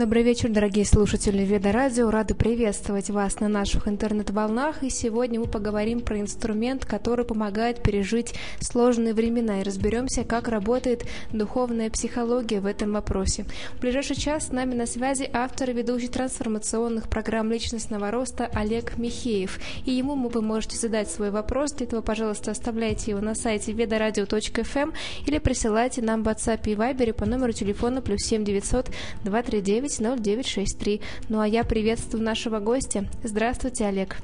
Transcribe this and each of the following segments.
Добрый вечер, дорогие слушатели Веда Радио. Рады приветствовать вас на наших интернет-волнах. И сегодня мы поговорим про инструмент, который помогает пережить сложные времена. И разберемся, как работает духовная психология в этом вопросе. В ближайший час с нами на связи автор и ведущий трансформационных программ личностного роста Олег Михеев. И ему вы можете задать свой вопрос. Для этого, пожалуйста, оставляйте его на сайте vedaradio.fm или присылайте нам в WhatsApp и Viber по номеру телефона +7 900 239 0963. Ну а я приветствую нашего гостя. Здравствуйте, Олег.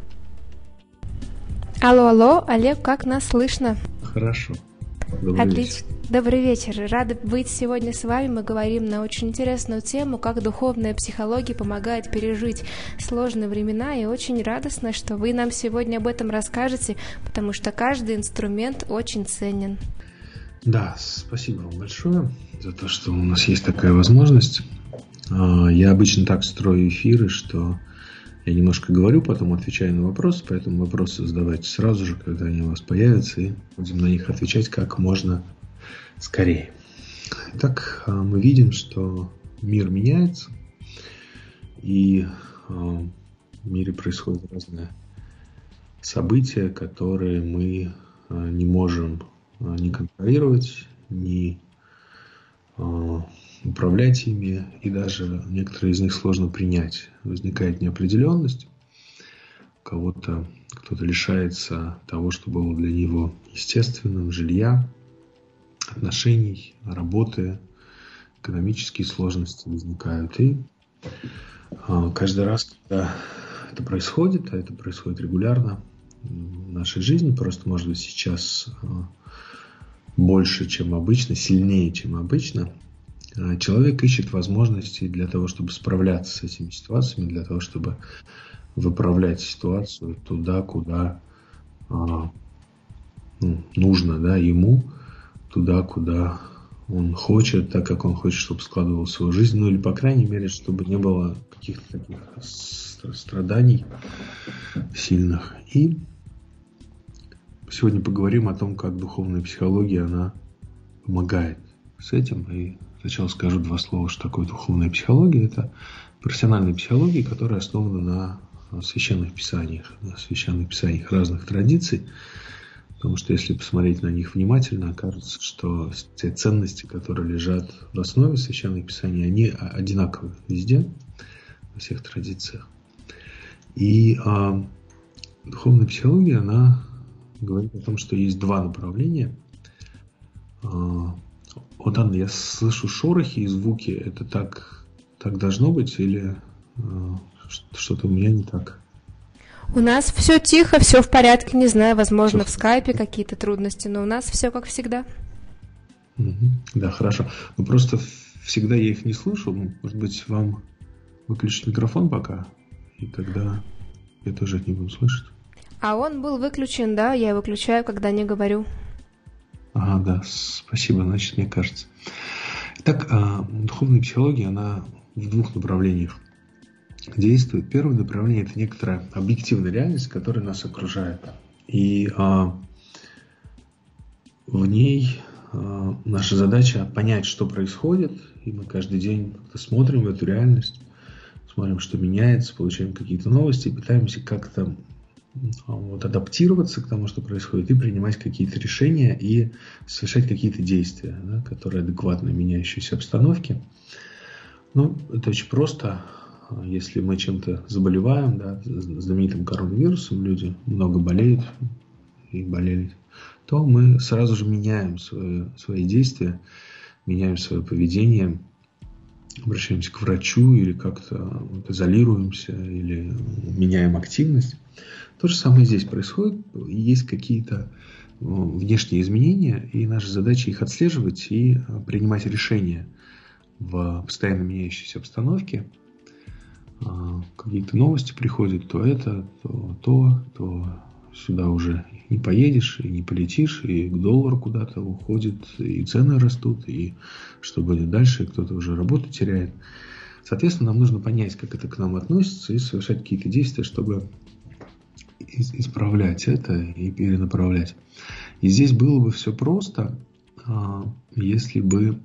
Алло, Олег, как нас слышно? Хорошо. Отлично. Добрый вечер. Рада быть сегодня с вами. Мы говорим на очень интересную тему, как духовная психология помогает пережить сложные времена. И очень радостно, что вы нам сегодня об этом расскажете, потому что каждый инструмент очень ценен. Да, спасибо вам большое за то, что у нас есть такая возможность. Я обычно так строю эфиры, что я немножко говорю, потом отвечаю на вопросы, поэтому вопросы задавайте сразу же, когда они у вас появятся, и будем на них отвечать как можно скорее. Итак, мы видим, что мир меняется, и в мире происходят разные события, которые мы не можем ни контролировать, ни управлять ими, и даже некоторые из них сложно принять. Возникает неопределенность. Кто-то лишается того, что было для него естественным: жилья, отношений, работы, экономические сложности возникают. И каждый раз, когда это происходит, а это происходит регулярно в нашей жизни, просто, может быть, сейчас больше, чем обычно, сильнее, чем обычно, человек ищет возможности для того, чтобы справляться с этими ситуациями, для того, чтобы выправлять ситуацию туда, куда нужно, да, ему, туда, куда он хочет, так как он хочет, чтобы складывалась его жизнь, или, по крайней мере, чтобы не было каких-то таких страданий сильных. И сегодня поговорим о том, как духовная психология, она помогает с этим. И сначала скажу два слова, что такое духовная психология. Это профессиональная психология, которая основана на священных писаниях разных традиций. Потому что если посмотреть на них внимательно, окажется, что те ценности, которые лежат в основе священных писаний, они одинаковы везде, во всех традициях. И духовная психология, она говорит о том, что есть два направления. Вот, Анна, я слышу шорохи и звуки. Это так должно быть или что-то у меня не так? У нас все тихо, все в порядке. Не знаю, возможно, в скайпе какие-то трудности, но у нас все как всегда. Да, хорошо. Но просто всегда я их не слышу. Может быть, вам выключить микрофон пока, и тогда я тоже их не буду слышать. А он был выключен, да? Я выключаю, когда не говорю. Ага, да, спасибо, значит, мне кажется. Итак, духовная психология, она в двух направлениях действует. Первое направление – это некоторая объективная реальность, которая нас окружает. И в ней наша задача понять, что происходит. И мы каждый день смотрим в эту реальность, смотрим, что меняется, получаем какие-то новости, и пытаемся как-то адаптироваться к тому, что происходит, и принимать какие-то решения и совершать какие-то действия, да, которые адекватны меняющейся обстановке. Это очень просто. Если мы чем-то заболеваем, да, знаменитым коронавирусом, люди много болеют и болели, то мы сразу же меняем свои действия, меняем свое поведение, обращаемся к врачу или как-то изолируемся, или меняем активность. То же самое здесь происходит. Есть какие-то внешние изменения, и наша задача их отслеживать и принимать решения в постоянно меняющейся обстановке. Какие-то новости приходят, то это, то сюда уже не поедешь и не полетишь, и к доллару куда-то уходит, и цены растут, и что будет дальше, и кто-то уже работу теряет. Соответственно, нам нужно понять, как это к нам относится, и совершать какие-то действия, чтобы исправлять это и перенаправлять. И здесь было бы все просто, если бы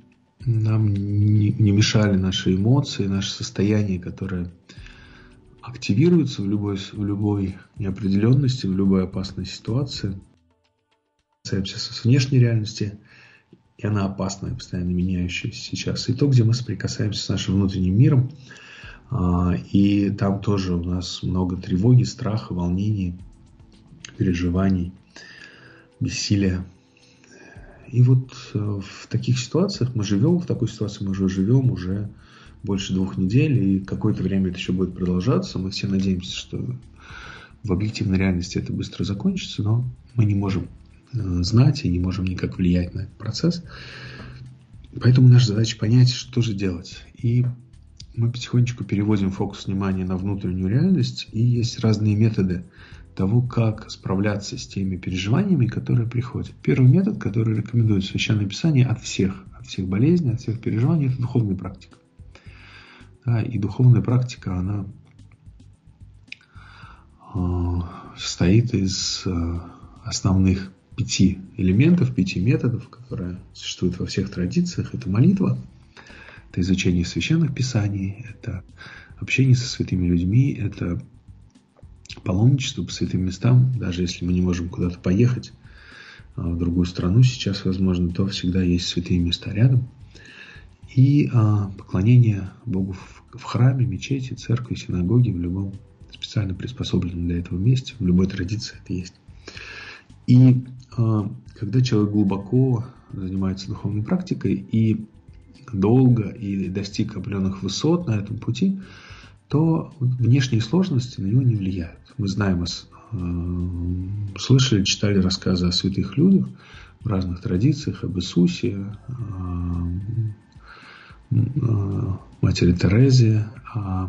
нам не мешали наши эмоции, наше состояние, которое активируется в любой неопределенности, в любой опасной ситуации. Касаемся с внешней реальности, и она опасная, постоянно меняющаяся сейчас. И то, где мы соприкасаемся с нашим внутренним миром, и там тоже у нас много тревоги, страха, волнений, переживаний, бессилия. И вот в таких ситуациях мы живем, в такой ситуации мы уже живем уже больше 2 недель, и какое-то время это еще будет продолжаться. Мы все надеемся, что в объективной реальности это быстро закончится, но мы не можем знать и не можем никак влиять на этот процесс. Поэтому наша задача понять, что же делать. И мы потихонечку переводим фокус внимания на внутреннюю реальность, и есть разные методы того, как справляться с теми переживаниями, которые приходят. Первый метод, который рекомендует Священное Писание от всех болезней, от всех переживаний, это духовная практика. Да, и духовная практика, она состоит из основных 5 элементов, 5 методов, которые существуют во всех традициях. Это молитва, это изучение священных писаний, это общение со святыми людьми, это паломничество по святым местам. Даже если мы не можем куда-то поехать в другую страну сейчас, возможно, то всегда есть святые места рядом. И поклонение Богу в храме, мечети, церкви, синагоге, в любом специально приспособленном для этого месте, в любой традиции это есть. И когда человек глубоко занимается духовной практикой и долго и достиг определенных высот на этом пути, то внешние сложности на него не влияют. Мы знаем, слышали, читали рассказы о святых людях в разных традициях, об Иисусе, матери Терезе, о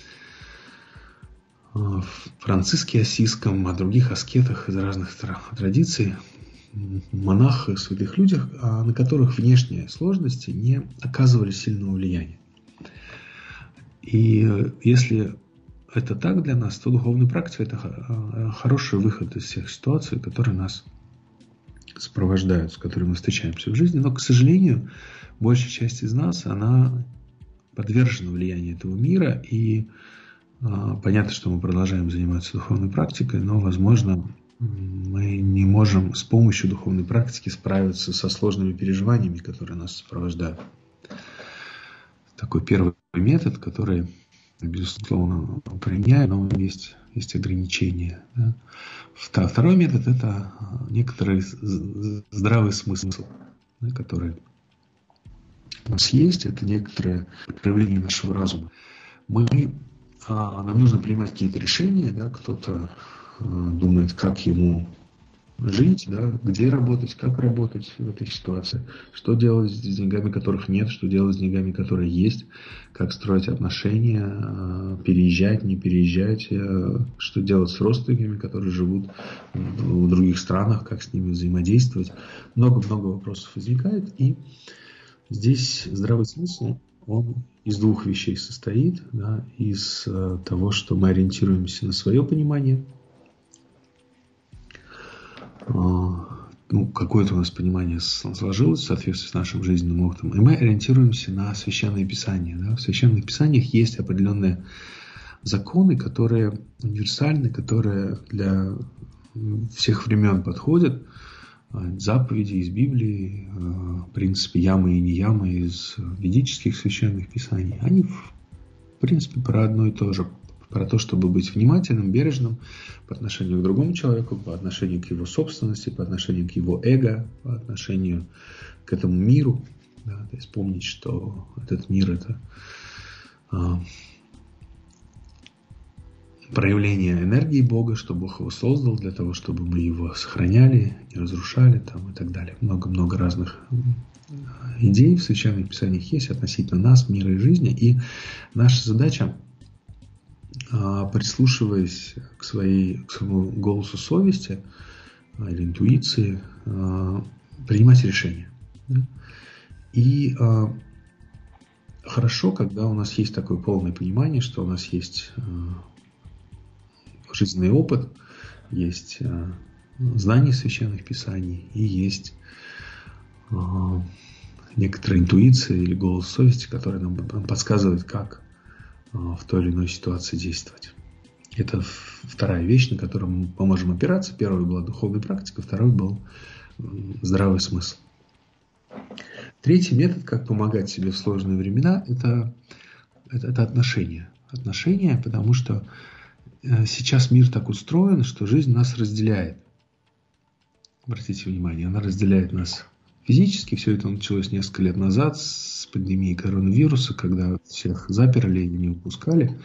Франциске Ассизском, о других аскетах из разных традиций, монахах и святых людях, на которых внешние сложности не оказывали сильного влияния. И если это так для нас, то духовная практика – это хороший выход из всех ситуаций, которые нас сопровождают, с которыми мы встречаемся в жизни. Но, к сожалению, большая часть из нас, она подвержена влиянию этого мира. И понятно, что мы продолжаем заниматься духовной практикой, но, возможно, мы не можем с помощью духовной практики справиться со сложными переживаниями, которые нас сопровождают. Такой первый метод, который, безусловно, применяю, но есть ограничения. Да. Второй метод – это некоторый здравый смысл, да, который у нас есть. Это некоторое проявление нашего разума. Нам нужно принимать какие-то решения. Да, кто-то думает, как ему жить, да, где работать, как работать в этой ситуации, что делать с деньгами, которых нет, что делать с деньгами, которые есть, как строить отношения, переезжать, не переезжать, что делать с родственниками, которые живут в других странах, как с ними взаимодействовать. Много-много вопросов возникает, и здесь здравый смысл, он из 2 вещей состоит, да, из того, что мы ориентируемся на свое понимание, какое-то у нас понимание сложилось в соответствии с нашим жизненным опытом, и мы ориентируемся на Священное Писание. Да? В Священных Писаниях есть определенные законы, которые универсальны, которые для всех времен подходят. Заповеди из Библии, принципы ямы и не ямы из ведических Священных Писаний. Они, в принципе, про одно и то же. Про то, чтобы быть внимательным, бережным по отношению к другому человеку, по отношению к его собственности, по отношению к его эго, по отношению к этому миру. Да, то есть помнить, что этот мир – это проявление энергии Бога, что Бог его создал для того, чтобы мы его сохраняли, не разрушали там, и так далее. Много-много разных идей в Священных Писаниях есть относительно нас, мира и жизни. И наша задача, прислушиваясь к своему голосу совести или интуиции, принимать решения. И хорошо, когда у нас есть такое полное понимание, что у нас есть жизненный опыт, есть знание Священных Писаний и есть некоторая интуиция или голос совести, который нам подсказывает, как в той или иной ситуации действовать. Это вторая вещь, на которую мы можем опираться. Первая была духовная практика, второй был здравый смысл. Третий метод, как помогать себе в сложные времена, это отношения. Отношения, потому что сейчас мир так устроен, что жизнь нас разделяет. Обратите внимание, она разделяет нас физически. Все это началось несколько лет назад с пандемией коронавируса, когда всех заперли и не выпускали.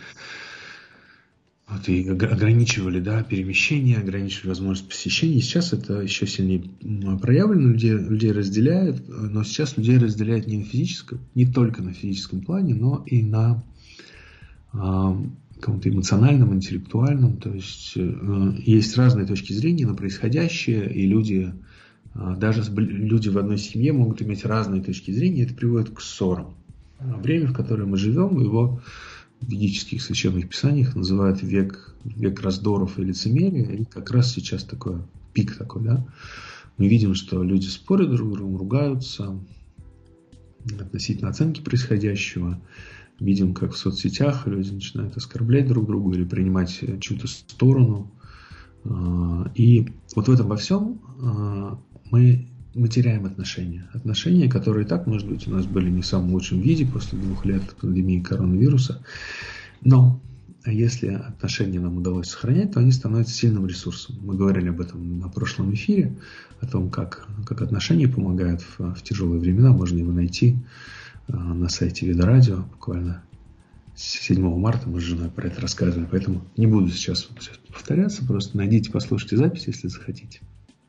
И ограничивали перемещение, ограничивали возможность посещения. Сейчас это еще сильнее проявлено, людей разделяют, но сейчас людей разделяют не только на физическом плане, но и на каком-то эмоциональном, интеллектуальном. То есть есть разные точки зрения на происходящее, и даже люди в одной семье могут иметь разные точки зрения, и это приводит к ссорам. Время, в которое мы живем, его в ведических священных писаниях называют век раздоров и лицемерия, и как раз сейчас пик такой, Мы видим, что люди спорят друг с другом, ругаются относительно оценки происходящего. Видим, как в соцсетях люди начинают оскорблять друг друга или принимать чью-то сторону. И вот в этом во всем мы теряем отношения. Отношения, которые и так, может быть, у нас были не в самом лучшем виде после 2 лет пандемии коронавируса. Но если отношения нам удалось сохранять, то они становятся сильным ресурсом. Мы говорили об этом на прошлом эфире, о том, как отношения помогают в тяжелые времена. Можно его найти на сайте Веда Радио. Буквально 7 марта мы с женой про это рассказывали. Поэтому не буду сейчас повторяться. Просто найдите, послушайте запись, если захотите.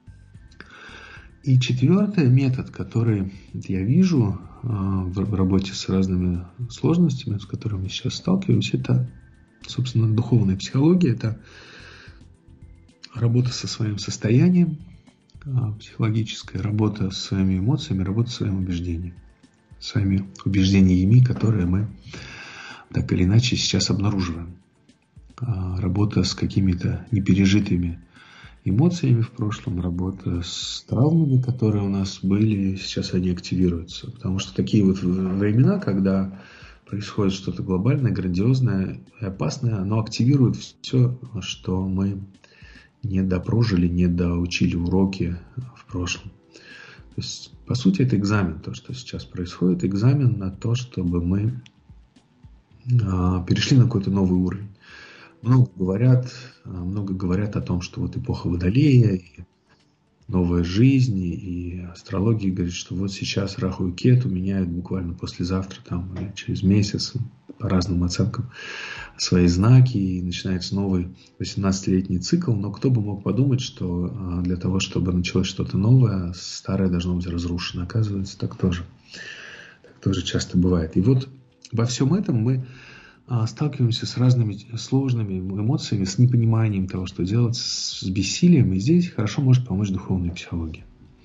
И четвертый метод, который я вижу в работе с разными сложностями, с которыми мы сейчас сталкиваемся, это, собственно, духовная психология, это работа со своим состоянием, психологическая работа со своими эмоциями, работа со своим убеждением, своими убеждениями, которые мы так или иначе сейчас обнаруживаем. Работа с какими-то непережитыми эмоциями в прошлом, работа с травмами, которые у нас были, сейчас они активируются. Потому что такие вот времена, когда происходит что-то глобальное, грандиозное и опасное, оно активирует все, что мы не допрожили, не доучили уроки в прошлом. То есть, по сути, это экзамен, то, что сейчас происходит, экзамен на то, чтобы мы перешли на какой-то новый уровень. Много говорят о том, что вот эпоха Водолея, и новая жизнь, и астрология говорит, что вот сейчас Раху и Кету меняют буквально послезавтра, или через месяц, по разным оценкам, свои знаки, и начинается новый 18-летний цикл. Но кто бы мог подумать, что для того, чтобы началось что-то новое, старое должно быть разрушено. Оказывается, так тоже часто бывает. И вот во всем этом мы сталкиваемся с разными сложными эмоциями, с непониманием того, что делать, с бессилием. И здесь хорошо может помочь духовная психология.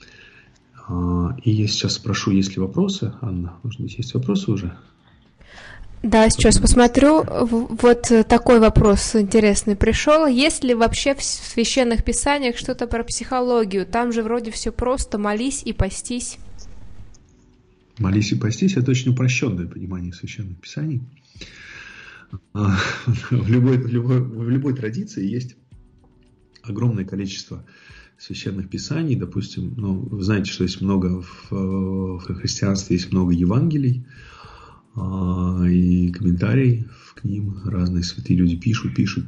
И я сейчас спрошу, есть ли вопросы. Анна, может быть, есть вопросы уже? Да, сейчас посмотрю. Вот такой вопрос интересный пришел. Есть ли вообще в священных писаниях что-то про психологию? Там же вроде все просто: молись и постись. Молись и постись – это очень упрощенное понимание священных писаний. В любой традиции есть огромное количество священных писаний. Допустим, вы знаете, что есть много в христианстве, есть много Евангелий и комментарий к ним. Разные святые люди пишут.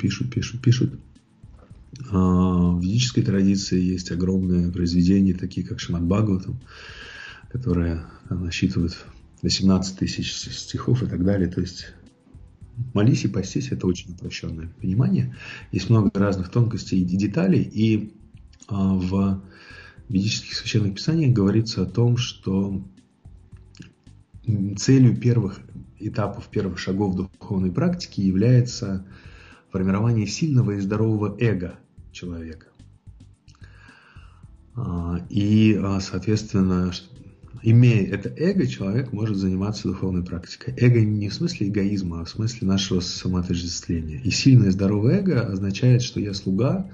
В ведической традиции есть огромные произведения, такие как Шримад Бхагаватам, которые насчитывают 18 тысяч стихов и так далее. То есть молись и постись – это очень упрощенное понимание. Есть много разных тонкостей и деталей. И в ведических священных писаниях говорится о том, что целью первых этапов, первых шагов духовной практики является формирование сильного и здорового эго человека. И, соответственно, имея это эго, человек может заниматься духовной практикой. Эго не в смысле эгоизма, а в смысле нашего самоотождествления. И сильное и здоровое эго означает, что я слуга,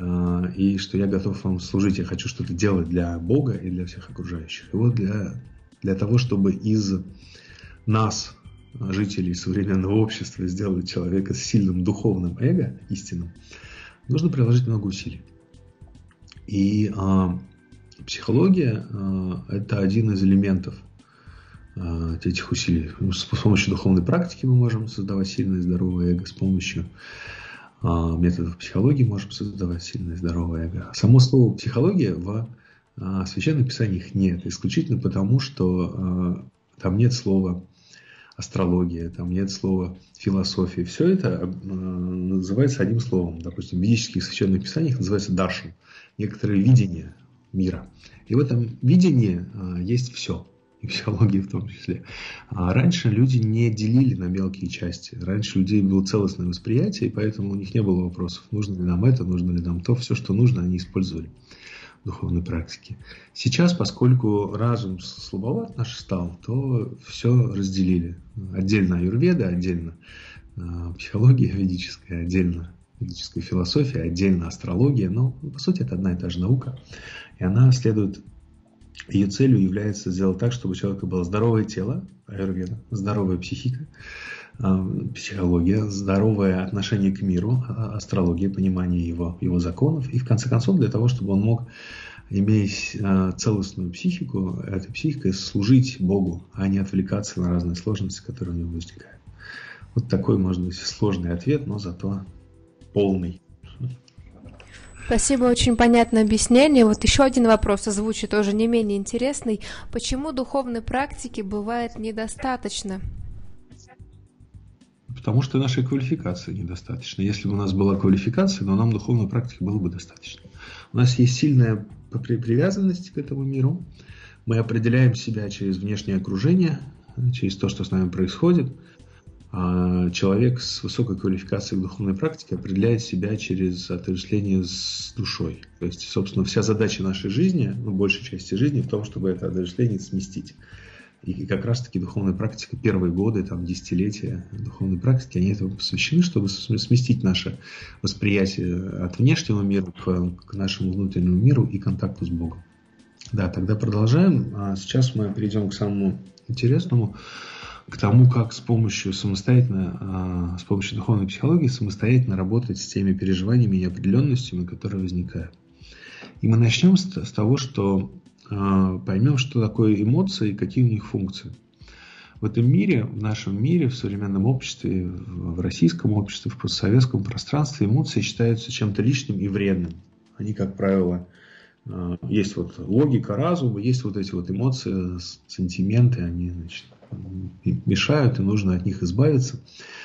и что я готов вам служить. Я хочу что-то делать для Бога и для всех окружающих. И вот для Для того, чтобы из нас, жителей современного общества, сделать человека с сильным духовным эго, истинным, нужно приложить много усилий. И психология – это один из элементов этих усилий. С помощью духовной практики мы можем создавать сильное и здоровое эго, с помощью методов психологии можем создавать сильное и здоровое эго. Само слово «психология» в священных писаниях нет, исключительно потому, что там нет слова астрология, там нет слова философия. Все это называется одним словом. Допустим, в ведических священных писаниях называется даршан, некоторое видение мира. И в этом видении есть все. И психология в том числе. А раньше люди не делили на мелкие части. Раньше у людей было целостное восприятие, и поэтому у них не было вопросов, нужно ли нам это, нужно ли нам то. Все, что нужно, они использовали в духовной практике. Сейчас, поскольку разум слабоват наш стал, то все разделили. Отдельно аюрведа, отдельно психология ведическая, отдельно ведическая философия, отдельно астрология. Но, по сути, это одна и та же наука. И она следует... Ее целью является сделать так, чтобы у человека было здоровое тело, аюрведа, здоровая психика, психология, здоровое отношение к миру, астрология, понимание его законов. И в конце концов, для того, чтобы он мог, имея целостную психику, этой психикой служить Богу, а не отвлекаться на разные сложности, которые у него возникают. Вот такой, может быть, сложный ответ, но зато полный. Спасибо, очень понятное объяснение. Вот еще один вопрос озвучу, тоже не менее интересный. Почему духовной практики бывает недостаточно? Потому что нашей квалификации недостаточно. Если бы у нас была квалификация, то нам духовной практики было бы достаточно. У нас есть сильная привязанность к этому миру. Мы определяем себя через внешнее окружение, через то, что с нами происходит. А человек с высокой квалификацией в духовной практике определяет себя через отождествление с душой. То есть, собственно, вся задача нашей жизни, большей части жизни, в том, чтобы это отождествление сместить. И как раз-таки духовная практика, первые годы, десятилетия духовной практики, они этому посвящены, чтобы сместить наше восприятие от внешнего мира к нашему внутреннему миру и контакту с Богом. Да, тогда продолжаем. А сейчас мы перейдем к самому интересному, к тому, как с помощью духовной психологии самостоятельно работать с теми переживаниями и неопределенностями, которые возникают. И мы начнем с того, что поймем, что такое эмоции и какие у них функции. В этом мире, в нашем мире, в современном обществе, в российском обществе, в постсоветском пространстве эмоции считаются чем-то лишним и вредным. Они, как правило, есть логика разума, есть эти эмоции, сентименты, они, мешают, и нужно от них избавиться.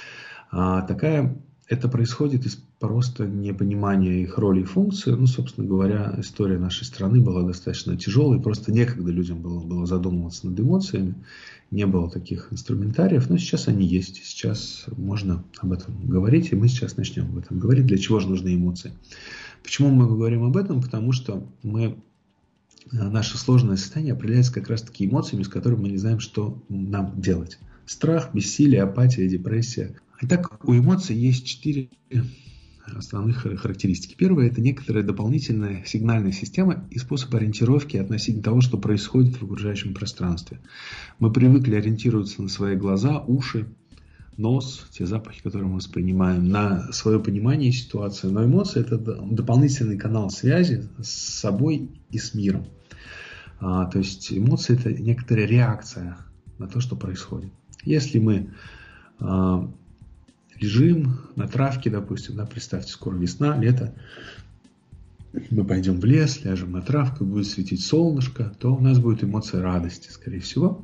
Это происходит из просто непонимания их роли и функции. Собственно говоря, история нашей страны была достаточно тяжелой, просто некогда людям было задумываться над эмоциями, не было таких инструментариев, но сейчас они есть, сейчас можно об этом говорить, и мы сейчас начнем об этом говорить, для чего же нужны эмоции. Почему мы говорим об этом? Потому что наше сложное состояние определяется как раз-таки эмоциями, с которыми мы не знаем, что нам делать. Страх, бессилие, апатия, депрессия. Итак, у эмоций есть 4 основных характеристики. Первое – это некоторая дополнительная сигнальная система и способ ориентировки относительно того, что происходит в окружающем пространстве. Мы привыкли ориентироваться на свои глаза, уши, нос, те запахи, которые мы воспринимаем, на свое понимание ситуации. Но эмоции – это дополнительный канал связи с собой и с миром. То есть эмоции – это некоторая реакция на то, что происходит. Если мы лежим на травке, допустим, представьте, скоро весна, лето, мы пойдем в лес, ляжем на травку, будет светить солнышко, то у нас будет эмоция радости, скорее всего.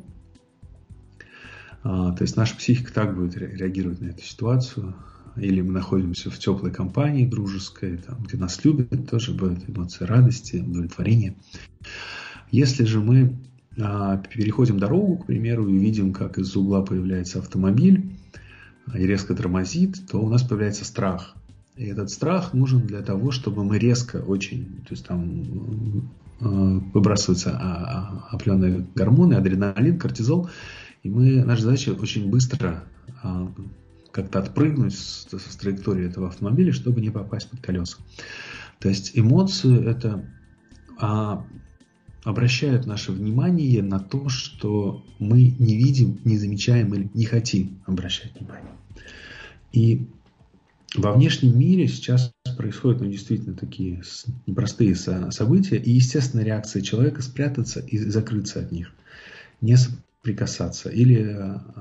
То есть наша психика так будет реагировать на эту ситуацию. Или мы находимся в теплой компании, дружеской, где нас любят, тоже будет эмоция радости, удовлетворения. Если же мы переходим дорогу, к примеру, и видим, как из-за угла появляется автомобиль и резко тормозит, то у нас появляется страх. И этот страх нужен для того, чтобы мы резко очень, то есть выбрасываются определенные гормоны, адреналин, кортизол, и наша задача очень быстро как-то отпрыгнуть с траектории этого автомобиля, чтобы не попасть под колеса. То есть эмоции – это обращают наше внимание на то, что мы не видим, не замечаем или не хотим обращать внимание. И во внешнем мире сейчас происходят действительно такие непростые события, и естественная реакция человека спрятаться и закрыться от них, не соприкасаться или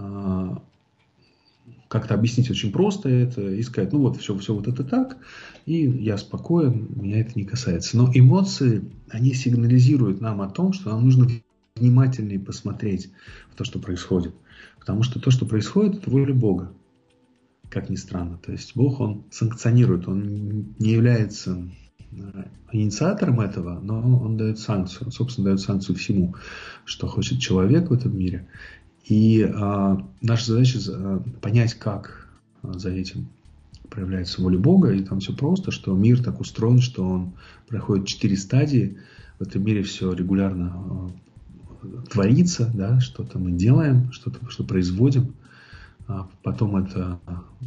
как-то объяснить очень просто это и сказать, все вот это так, и я спокоен, меня это не касается. Но эмоции, они сигнализируют нам о том, что нам нужно внимательнее посмотреть в то, что происходит. Потому что то, что происходит, это воля Бога, как ни странно. То есть Бог, Он санкционирует, Он не является инициатором этого, но Он дает санкцию. Он, собственно, дает санкцию всему, что хочет человек в этом мире. И наша задача понять, как за этим проявляется воля Бога. И там все просто, что мир так устроен, что он проходит 4 стадии. В этом мире все регулярно творится, да, что-то мы делаем, что производим. Потом это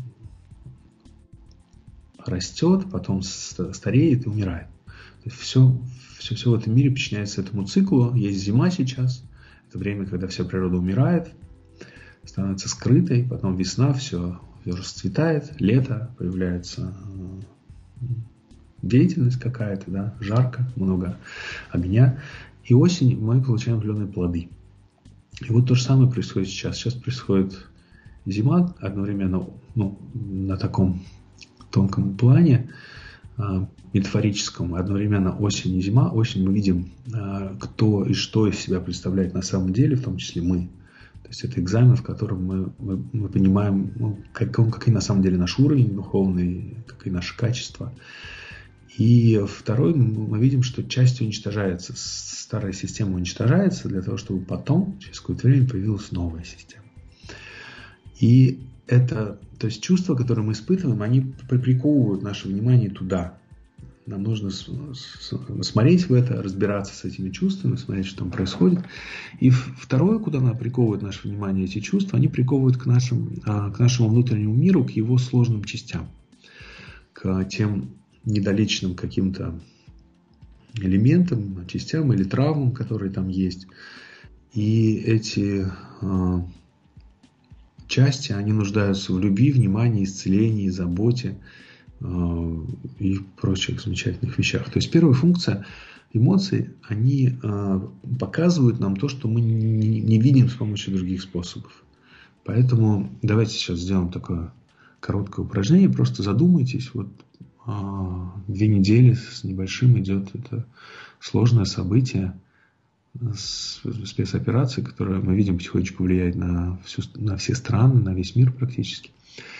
растет, потом стареет и умирает. То есть все в этом мире подчиняется этому циклу. Есть зима сейчас. Это время, когда вся природа умирает, становится скрытой, потом весна, все расцветает, лето, появляется деятельность какая-то, да, жарко, много огня. И осень мы получаем определенные плоды. И вот то же самое происходит сейчас. Сейчас происходит зима, одновременно на таком тонком плане, метафорическом, одновременно осень и зима. Осень мы видим, кто и что из себя представляет на самом деле, в том числе мы. То есть это экзамен, в котором мы понимаем, какой на самом деле наш уровень духовный, какие наши качества. И второй, мы видим, что часть уничтожается, старая система уничтожается для того, чтобы потом, через какое-то время, появилась новая система. И это, то есть чувства, которые мы испытываем, они приковывают наше внимание туда. Нам нужно смотреть в это, разбираться с этими чувствами, смотреть, что там происходит. И второе, куда нам приковывают наше внимание эти чувства, они приковывают к нашему внутреннему миру, к его сложным частям, к тем недолеченным каким-то элементам, частям или травмам, которые там есть. И эти части, они нуждаются в любви, внимании, исцелении, заботе и прочих замечательных вещах. То есть первая функция эмоций, они показывают нам то, что мы не видим с помощью других способов. Поэтому давайте сейчас сделаем такое короткое упражнение. Просто задумайтесь. 2 недели с небольшим идет это сложное событие, спецоперации, которая, мы видим, потихонечку влияет на все страны, на весь мир практически.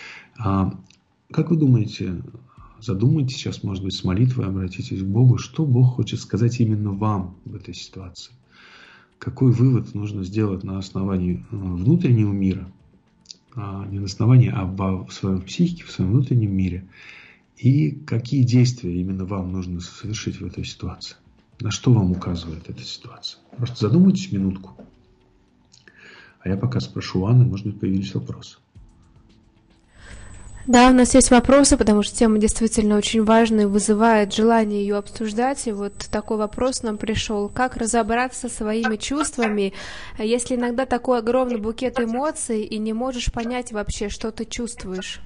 Как вы думаете, задумайтесь сейчас, может быть, с молитвой, обратитесь к Богу, что Бог хочет сказать именно вам в этой ситуации? Какой вывод нужно сделать на основании внутреннего мира, не на основании, а в своем психике, в своем внутреннем мире? И какие действия именно вам нужно совершить в этой ситуации? На что вам указывает эта ситуация? Просто задумайтесь минутку. А я пока спрошу Анны, может быть, появились вопросы. Да, у нас есть вопросы, потому что тема действительно очень важная и вызывает желание ее обсуждать. И вот такой вопрос нам пришел. Как разобраться со своими чувствами, если иногда такой огромный букет эмоций, и не можешь понять вообще, что ты чувствуешь?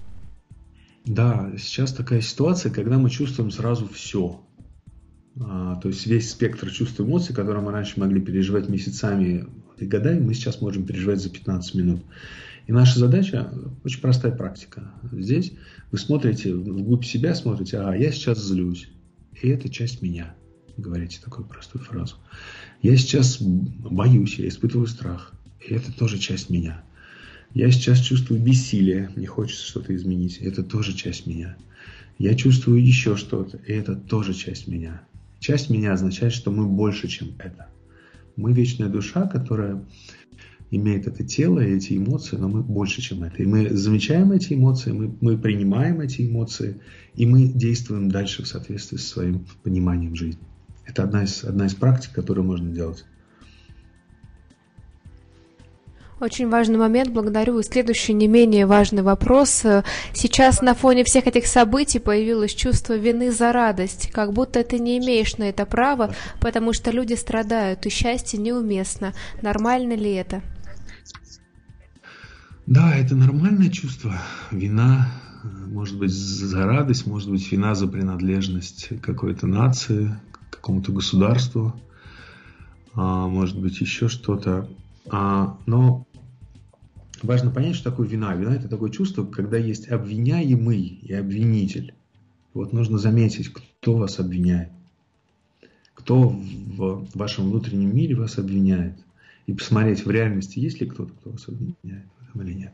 Да, сейчас такая ситуация, когда мы чувствуем сразу все. То есть весь спектр чувств и эмоций, которые мы раньше могли переживать месяцами и годами, мы сейчас можем переживать за 15 минут. И наша задача, очень простая практика. Здесь вы смотрите вглубь себя, смотрите, я сейчас злюсь, и это часть меня. Говорите такую простую фразу. Я сейчас боюсь, я испытываю страх, и это тоже часть меня. Я сейчас чувствую бессилие, мне хочется что-то изменить, и это тоже часть меня. Я чувствую еще что-то, и это тоже часть меня. Часть меня означает, что мы больше, чем это. Мы вечная душа, которая имеет это тело и эти эмоции, но мы больше, чем это. И мы замечаем эти эмоции, мы принимаем эти эмоции, и мы действуем дальше в соответствии со своим пониманием жизни. Это одна из практик, которую можно делать. Очень важный момент, благодарю. И следующий не менее важный вопрос. Сейчас на фоне всех этих событий появилось чувство вины за радость, как будто ты не имеешь на это права, потому что люди страдают, и счастье неуместно. Нормально ли это? Да, это нормальное чувство. Вина, может быть, за радость, может быть, вина за принадлежность какой-то нации, какому-то государству, может быть, еще что-то. Но важно понять, что такое вина. Вина – это такое чувство, когда есть обвиняемый и обвинитель. Вот нужно заметить, кто вас обвиняет, кто в вашем внутреннем мире вас обвиняет. И посмотреть, в реальности есть ли кто-то, кто вас обвиняет в этом или нет.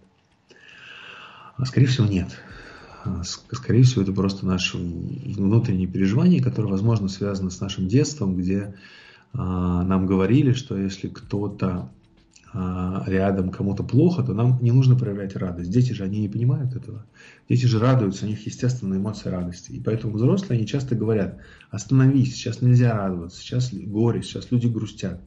Скорее всего, нет. Скорее всего, это просто наши внутренние переживания, которые, возможно, связаны с нашим детством, где нам говорили, что если кто-то рядом кому-то плохо, то нам не нужно проявлять радость. Дети же, они не понимают этого. Дети же радуются, у них естественная эмоция радости. И поэтому взрослые, они часто говорят: остановись, сейчас нельзя радоваться, сейчас горе, сейчас люди грустят.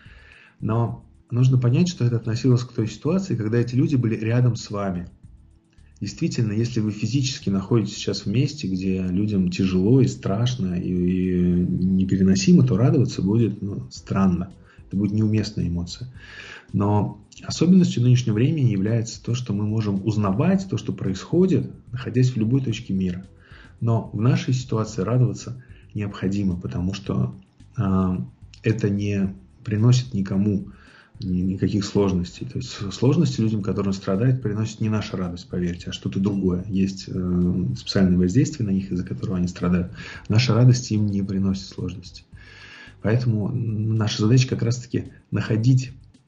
Но нужно понять, что это относилось к той ситуации, когда эти люди были рядом с вами. Действительно, если вы физически находитесь сейчас в месте, где людям тяжело и страшно и непереносимо, то радоваться будет странно. Это будет неуместная эмоция. Но особенностью нынешнего времени является то, что мы можем узнавать то, что происходит, находясь в любой точке мира. Но в нашей ситуации радоваться необходимо, потому что это не приносит никому никаких сложностей. То есть сложности людям, которые страдают, приносит не наша радость, поверьте, а что-то другое. Есть специальное воздействие на них, из-за которого они страдают. Наша радость им не приносит сложностей. Поэтому наша задача как раз-таки находить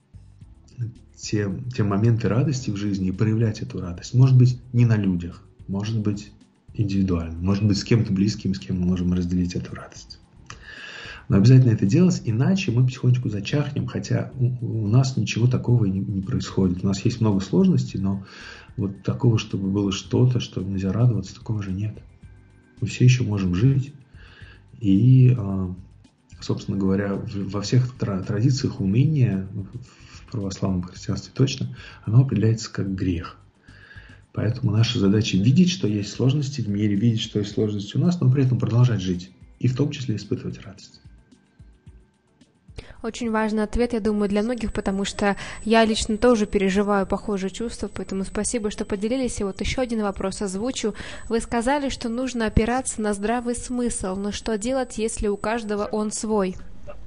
те моменты радости в жизни и проявлять эту радость. Может быть, не на людях, может быть, индивидуально, может быть, с кем-то близким, с кем мы можем разделить эту радость. Но обязательно это делать, иначе мы потихонечку зачахнем, хотя у нас ничего такого не происходит. У нас есть много сложностей, но вот такого, чтобы было что-то, что нельзя радоваться, такого же нет. Мы все еще можем жить. И, собственно говоря, во всех традициях уныния, в православном христианстве точно, оно определяется как грех. Поэтому наша задача видеть, что есть сложности в мире, видеть, что есть сложности у нас, но при этом продолжать жить. И в том числе испытывать радость. Очень важный ответ, я думаю, для многих, потому что я лично тоже переживаю похожие чувства, поэтому спасибо, что поделились. И вот еще один вопрос озвучу. Вы сказали, что нужно опираться на здравый смысл, но что делать, если у каждого он свой?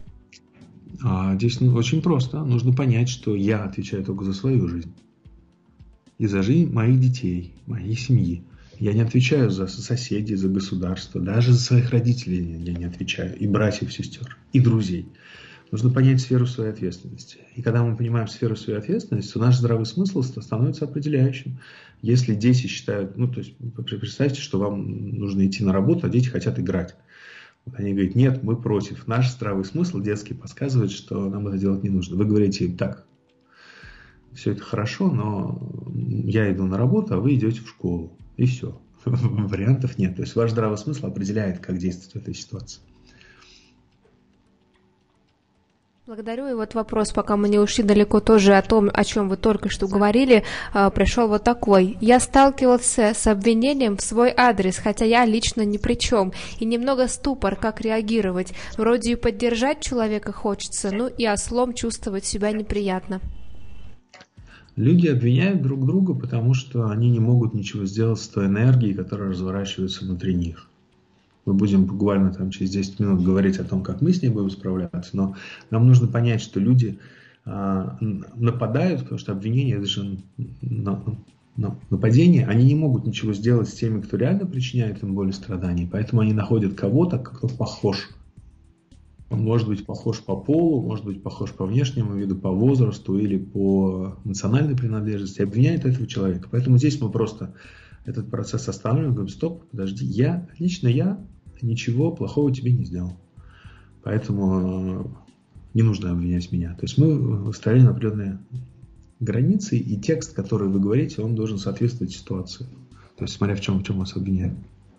Здесь очень просто. Нужно понять, что я отвечаю только за свою жизнь. И за жизнь моих детей, моей семьи. Я не отвечаю за соседей, за государство, даже за своих родителей я не отвечаю, и братьев, сестер, и друзей. Нужно понять сферу своей ответственности. И когда мы понимаем сферу своей ответственности, то наш здравый смысл становится определяющим. Если дети считают, то есть представьте, что вам нужно идти на работу, а дети хотят играть. Вот они говорят: нет, мы против. Наш здравый смысл детский подсказывает, что нам это делать не нужно. Вы говорите им: так, все это хорошо, но я иду на работу, а вы идете в школу. И все. Вариантов нет. То есть ваш здравый смысл определяет, как действовать в этой ситуации. Благодарю. И вот вопрос, пока мы не ушли далеко, тоже о том, о чем вы только что говорили, пришел вот такой. Я сталкивался с обвинением в свой адрес, хотя я лично ни при чем. И немного ступор, как реагировать. Вроде и поддержать человека хочется, и ослом чувствовать себя неприятно. Люди обвиняют друг друга, потому что они не могут ничего сделать с той энергией, которая разворачивается внутри них. Мы будем буквально через 10 минут говорить о том, как мы с ней будем справляться, но нам нужно понять, что люди нападают, потому что обвинение – это же нападение. Они не могут ничего сделать с теми, кто реально причиняет им боль и страдания, поэтому они находят кого-то, кто похож. Он может быть похож по полу, может быть похож по внешнему виду, по возрасту или по национальной принадлежности, обвиняют этого человека. Поэтому здесь мы просто этот процесс останавливаем, говорим: стоп, подожди, лично я ничего плохого тебе не сделал. Поэтому не нужно обвинять меня. То есть мы выставляем определенные границы, и текст, который вы говорите, он должен соответствовать ситуации. То есть смотря в чем вас обвиняют.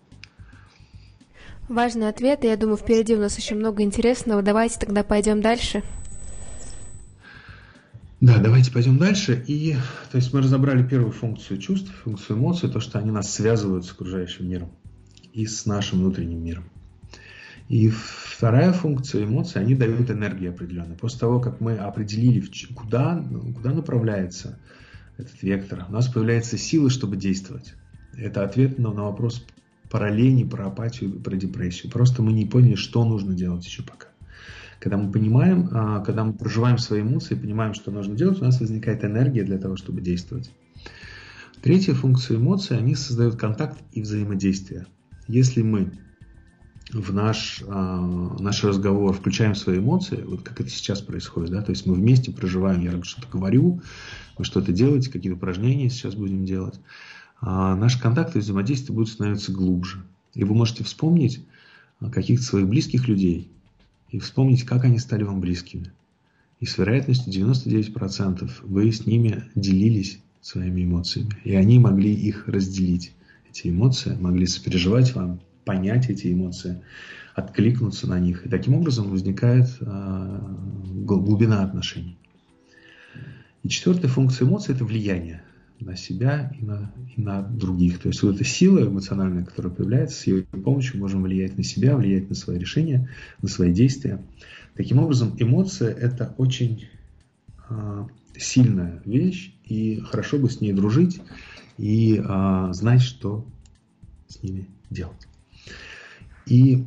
Важный ответ, и я думаю, впереди у нас еще много интересного. Давайте тогда пойдем дальше. Да, давайте пойдем дальше. То есть мы разобрали первую функцию чувств, функцию эмоций, то, что они нас связывают с окружающим миром и с нашим внутренним миром. И вторая функция эмоций, они дают энергию определенную. После того, как мы определили, куда направляется этот вектор, у нас появляется сила, чтобы действовать. Это ответ на вопрос про лень, про апатию, про депрессию. Просто мы не поняли, что нужно делать еще пока. Когда мы понимаем, когда мы проживаем свои эмоции, понимаем, что нужно делать, у нас возникает энергия для того, чтобы действовать. Третья функция эмоций, они создают контакт и взаимодействие. Если мы в наш разговор включаем свои эмоции, вот как это сейчас происходит, да, то есть мы вместе проживаем, я что-то говорю, вы что-то делаете, какие-то упражнения сейчас будем делать, наш контакт и взаимодействие будут становиться глубже. И вы можете вспомнить каких-то своих близких людей, и вспомнить, как они стали вам близкими. И с вероятностью 99% вы с ними делились своими эмоциями. И они могли их разделить. Эти эмоции могли сопереживать вам, понять эти эмоции, откликнуться на них. И таким образом возникает глубина отношений. И четвертая функция эмоций – это влияние на себя и на других. То есть вот эта сила эмоциональная, которая появляется, с ее помощью мы можем влиять на себя, влиять на свои решения, на свои действия. Таким образом, эмоция – это очень сильная вещь, и хорошо бы с ней дружить и знать, что с ними делать. И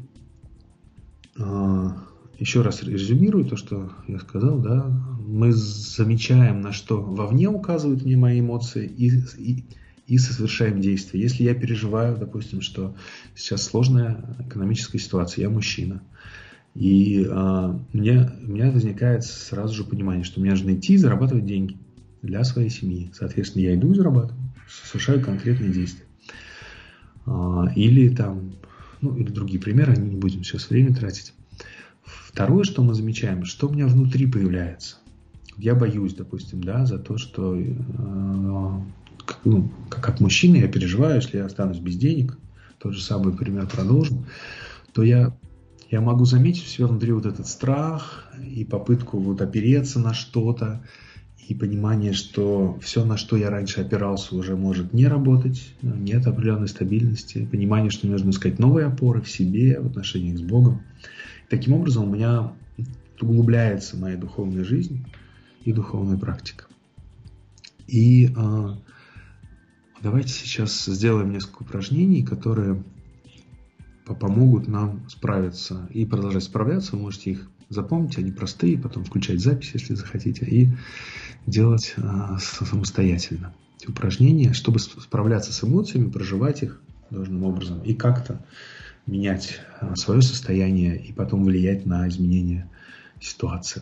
еще раз резюмирую то, что я сказал, да, мы замечаем, на что вовне указывают мне мои эмоции, и совершаем действия. Если я переживаю, допустим, что сейчас сложная экономическая ситуация, я мужчина, и у меня возникает сразу же понимание, что мне нужно идти и зарабатывать деньги для своей семьи. Соответственно, я иду и зарабатываю, совершаю конкретные действия. Или другие примеры, не будем сейчас время тратить. Второе, что мы замечаем, что у меня внутри появляется. Я боюсь, допустим, да, за то, что как мужчина я переживаю, если я останусь без денег, тот же самый пример продолжим, то я могу заметить у себя внутри вот этот страх и попытку вот опереться на что-то, и понимание, что все, на что я раньше опирался, уже может не работать, нет определенной стабильности, понимание, что мне нужно искать новые опоры в себе, в отношениях с Богом. Таким образом, у меня углубляется моя духовная жизнь и духовная практика. И давайте сейчас сделаем несколько упражнений, которые помогут нам справиться и продолжать справляться. Вы можете их запомнить, они простые, потом включать запись, если захотите, и делать самостоятельно эти упражнения, чтобы справляться с эмоциями, проживать их должным образом и как-то менять свое состояние и потом влиять на изменение ситуации.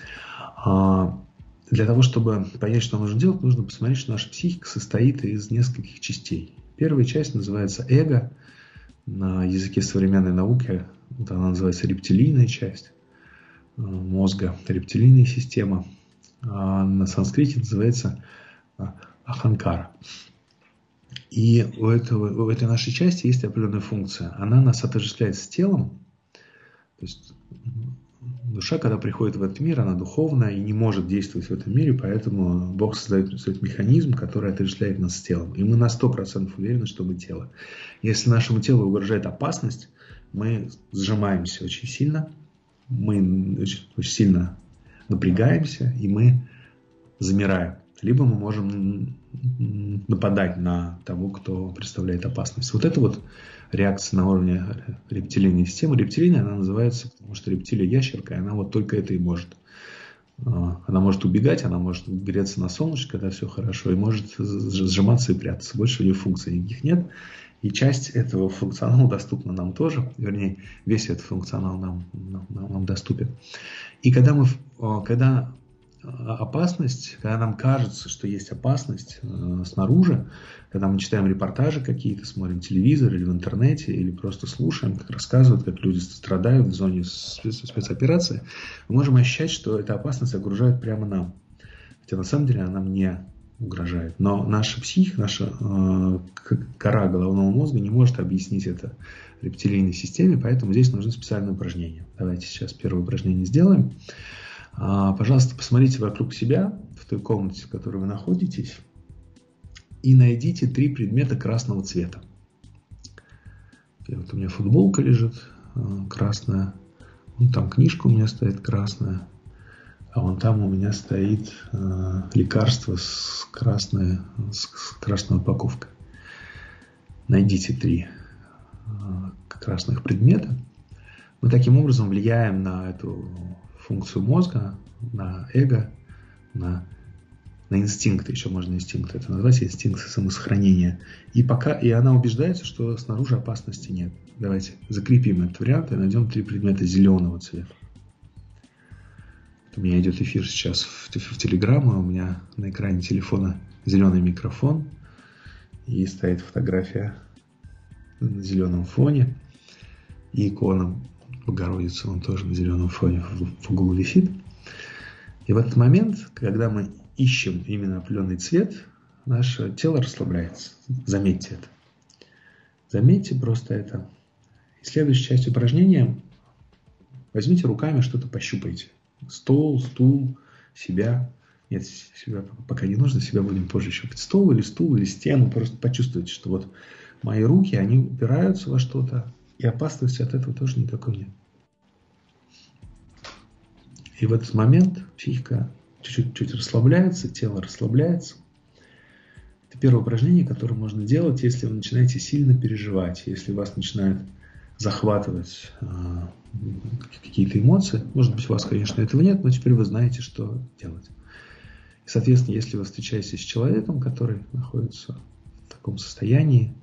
Для того, чтобы понять, что нужно делать, нужно посмотреть, что наша психика состоит из нескольких частей. Первая часть называется эго. На языке современной науки она называется рептилийная часть мозга, рептилийная система. А на санскрите называется аханкара. И у этой нашей части есть определенная функция. Она нас отождествляет с телом. То есть душа, когда приходит в этот мир, она духовная и не может действовать в этом мире, поэтому Бог создает механизм, который отождествляет нас с телом. И мы на 100% уверены, что мы тело. Если нашему телу угрожает опасность, мы сжимаемся очень сильно, мы очень сильно напрягаемся, и мы замираем. Либо мы можем нападать на того, кто представляет опасность. Вот это вот реакция на уровне рептилийной системы. Рептилийная она называется, потому что рептилия ящерка, и она вот только это и может. Она может убегать, она может греться на солнышке, когда все хорошо, и может сжиматься и прятаться. Больше ее функций никаких нет. И часть этого функционала доступна нам тоже. Вернее, весь этот функционал нам доступен. И когда опасность, когда нам кажется, что есть опасность снаружи, когда мы читаем репортажи какие-то, смотрим телевизор или в интернете, или просто слушаем, как рассказывают, как люди страдают в зоне спецоперации, мы можем ощущать, что эта опасность окружает прямо нам. Хотя на самом деле она нам не угрожает. Но наша психика, наша кора головного мозга не может объяснить это рептилийной системе, поэтому здесь нужны специальные упражнения. Давайте сейчас первое упражнение сделаем. Пожалуйста, посмотрите вокруг себя в той комнате, в которой вы находитесь, и найдите 3 предмета красного цвета. И вот у меня футболка лежит красная, вон там книжка у меня стоит красная, а вон там у меня стоит лекарство с красной упаковкой. Найдите 3 красных предмета. Мы таким образом влияем на эту функцию мозга, на эго, на инстинкты, еще можно инстинкты это назвать, инстинкты самосохранения. И она убеждается, что снаружи опасности нет. Давайте закрепим этот вариант и найдем 3 предмета зеленого цвета. У меня идет эфир сейчас в Telegram, у меня на экране телефона зеленый микрофон, и стоит фотография на зеленом фоне, и икона Богородицы, он тоже на зеленом фоне в углу висит. И в этот момент, когда мы ищем именно определенный цвет, наше тело расслабляется. Заметьте это. Заметьте просто это. И следующая часть упражнения. Возьмите руками, что-то пощупайте. Стол, стул, себя. Нет, себя пока не нужно, себя будем позже щупать. Стол, или стену. Просто почувствуйте, что вот мои руки, они упираются во что-то. И опасности от этого тоже никакой нет. И в этот момент психика чуть-чуть расслабляется, тело расслабляется. Это первое упражнение, которое можно делать, если вы начинаете сильно переживать, если вас начинают захватывать какие-то эмоции. Может быть, у вас, конечно, этого нет, но теперь вы знаете, что делать. И, соответственно, если вы встречаетесь с человеком, который находится в таком состоянии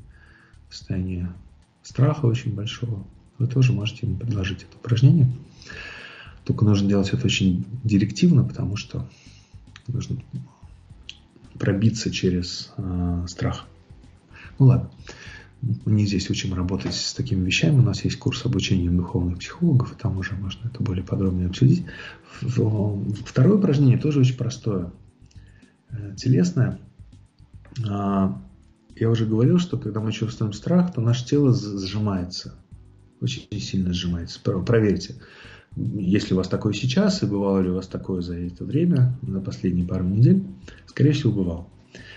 страха очень большого, вы тоже можете ему предложить это упражнение. Только нужно делать это очень директивно, потому что нужно пробиться через страх. Ну ладно, мы не здесь учим работать с такими вещами. У нас есть курс обучения духовных психологов, и там уже можно это более подробно обсудить. Второе упражнение тоже очень простое. Телесное. Я уже говорил, что когда мы чувствуем страх, то наше тело сжимается. Очень сильно сжимается. Проверьте. Если у вас такое сейчас, и бывало ли у вас такое за это время, за последние пару недель, скорее всего, бывало.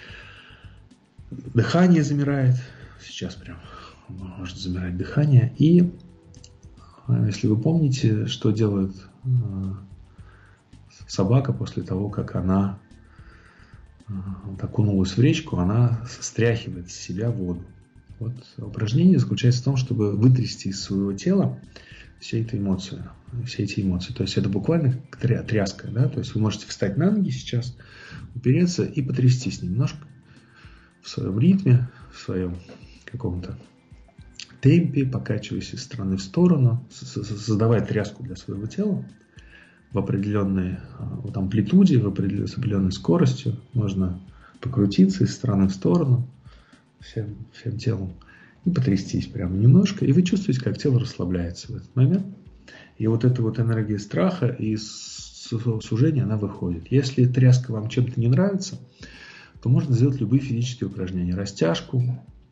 Дыхание замирает. Сейчас прям может замирать дыхание. И если вы помните, что делает собака после того, как она окунулась в речку, она стряхивает с себя воду. Вот упражнение заключается в том, чтобы вытрясти из своего тела все эти эмоции. То есть это буквально тряска. Да? То есть вы можете встать на ноги сейчас, упереться и потрястись немножко в своем ритме, в своем каком-то темпе, покачиваясь из стороны в сторону, создавая тряску для своего тела в определенной амплитуде, с определенной скоростью. Можно покрутиться из стороны в сторону всем телом и потрястись прямо немножко. И вы чувствуете, как тело расслабляется в этот момент. И вот эта вот энергия страха и сужения, она выходит. Если тряска вам чем-то не нравится, то можно сделать любые физические упражнения. Растяжку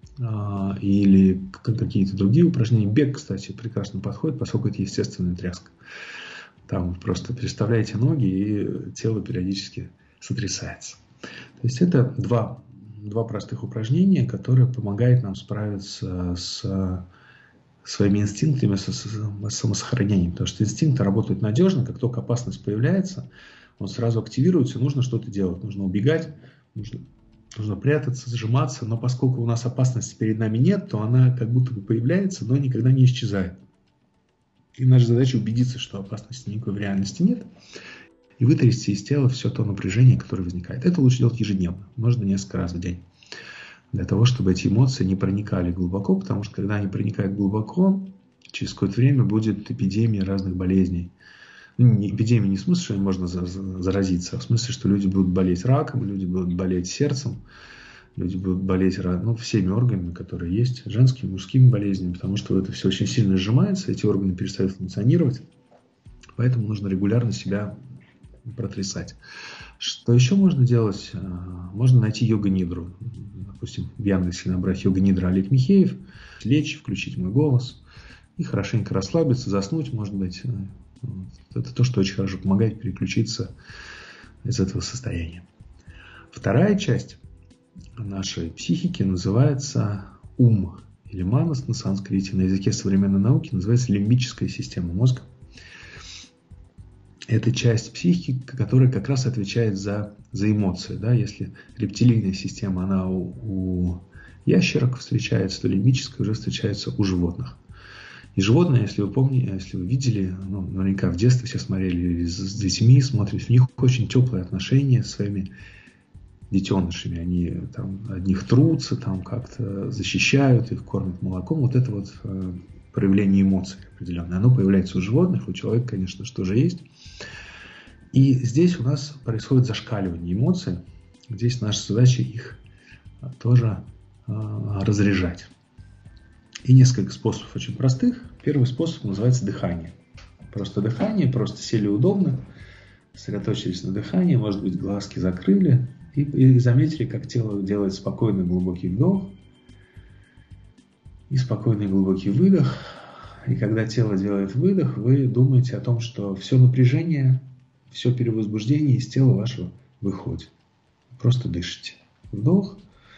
или какие-то другие упражнения. Бег, кстати, прекрасно подходит, поскольку это естественная тряска. Там просто переставляете ноги, и тело периодически сотрясается. То есть это два простых упражнения, которые помогают нам справиться с своими инстинктами, с самосохранением. Потому что инстинкты работают надежно, как только опасность появляется, он сразу активируется, нужно что-то делать, нужно убегать, нужно прятаться, сжиматься. Но поскольку у нас опасности перед нами нет, то она как будто бы появляется, но никогда не исчезает. И наша задача убедиться, что опасности никакой в реальности нет, и вытрясти из тела все то напряжение, которое возникает. Это лучше делать ежедневно, можно несколько раз в день, для того, чтобы эти эмоции не проникали глубоко, потому что когда они проникают глубоко, через какое-то время будет эпидемия разных болезней. Эпидемия не в смысле, что можно заразиться, а в смысле, что люди будут болеть раком, люди будут болеть сердцем, люди будут болеть всеми органами, которые есть, женскими, мужскими болезнями, потому что это все очень сильно сжимается, эти органы перестают функционировать, поэтому нужно регулярно себя протрясать. Что еще можно делать? Можно найти йога-нидру. Допустим, в Яндексе набрать йога-нидра Олег Михеев, лечь, включить мой голос и хорошенько расслабиться, заснуть, может быть. Это то, что очень хорошо помогает переключиться из этого состояния. Вторая часть нашей психики называется ум, или манас на санскрите, на языке современной науки называется лимбическая система мозга. Это часть психики, которая как раз отвечает за эмоции. Да? Если рептилийная система, она у ящерок встречается, то лимбическая уже встречается у животных. И животные, если вы помните, если вы видели, наверняка в детстве все смотрели с детьми, смотрите, у них очень теплые отношения с своими детенышами. Они там от них трутся, там как-то защищают их, кормят молоком. Вот это вот проявление эмоций определенное. Оно появляется у животных, у человека, конечно, что же есть. И здесь у нас происходит зашкаливание эмоций. Здесь наша задача их тоже разряжать. И несколько способов очень простых. Первый способ называется дыхание. Просто дыхание, просто сели удобно, сосредоточились на дыхании, может быть, глазки закрыли и заметили, как тело делает спокойный глубокий вдох и спокойный глубокий выдох. И когда тело делает выдох, вы думаете о том, что все напряжение, все перевозбуждение из тела вашего выходит. Просто дышите. Вдох.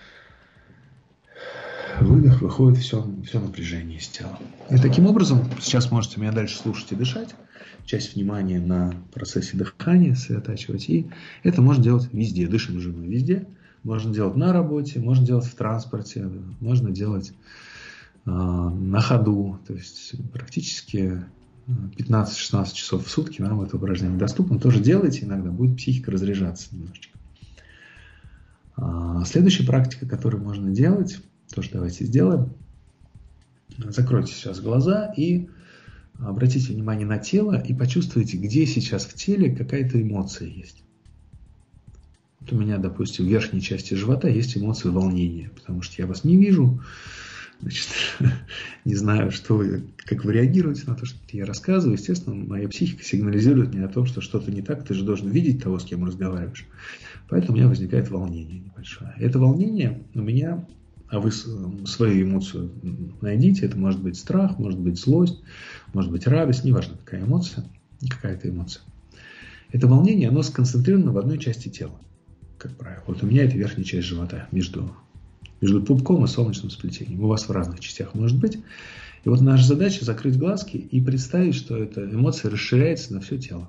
Выдох, выходит все напряжение из тела. И таким образом, сейчас можете меня дальше слушать и дышать, часть внимания на процессе дыхания сосредотачивать. И это можно делать везде. Дышим же мы везде. Можно делать на работе, можно делать в транспорте, можно делать на ходу. То есть практически 15-16 часов в сутки нам это упражнение доступно. Тоже делайте, иногда будет психика разряжаться немножечко. Следующая практика, которую можно делать, тоже давайте сделаем. Закройте сейчас глаза и обратите внимание на тело и почувствуйте, где сейчас в теле какая-то эмоция есть. Вот у меня, допустим, в верхней части живота есть эмоция волнения, потому что я вас не вижу, значит, не знаю, как вы реагируете на то, что я рассказываю. Естественно, моя психика сигнализирует мне о том, что что-то не так, ты же должен видеть того, с кем разговариваешь. Поэтому у меня возникает волнение небольшое. Это волнение у меня... А вы свою эмоцию найдите. Это может быть страх, может быть злость, может быть радость. Неважно, какая эмоция, какая-то эмоция. Это волнение, оно сконцентрировано в одной части тела, как правило. Вот у меня это верхняя часть живота, между пупком и солнечным сплетением. У вас в разных частях может быть. И вот наша задача закрыть глазки и представить, что эта эмоция расширяется на все тело.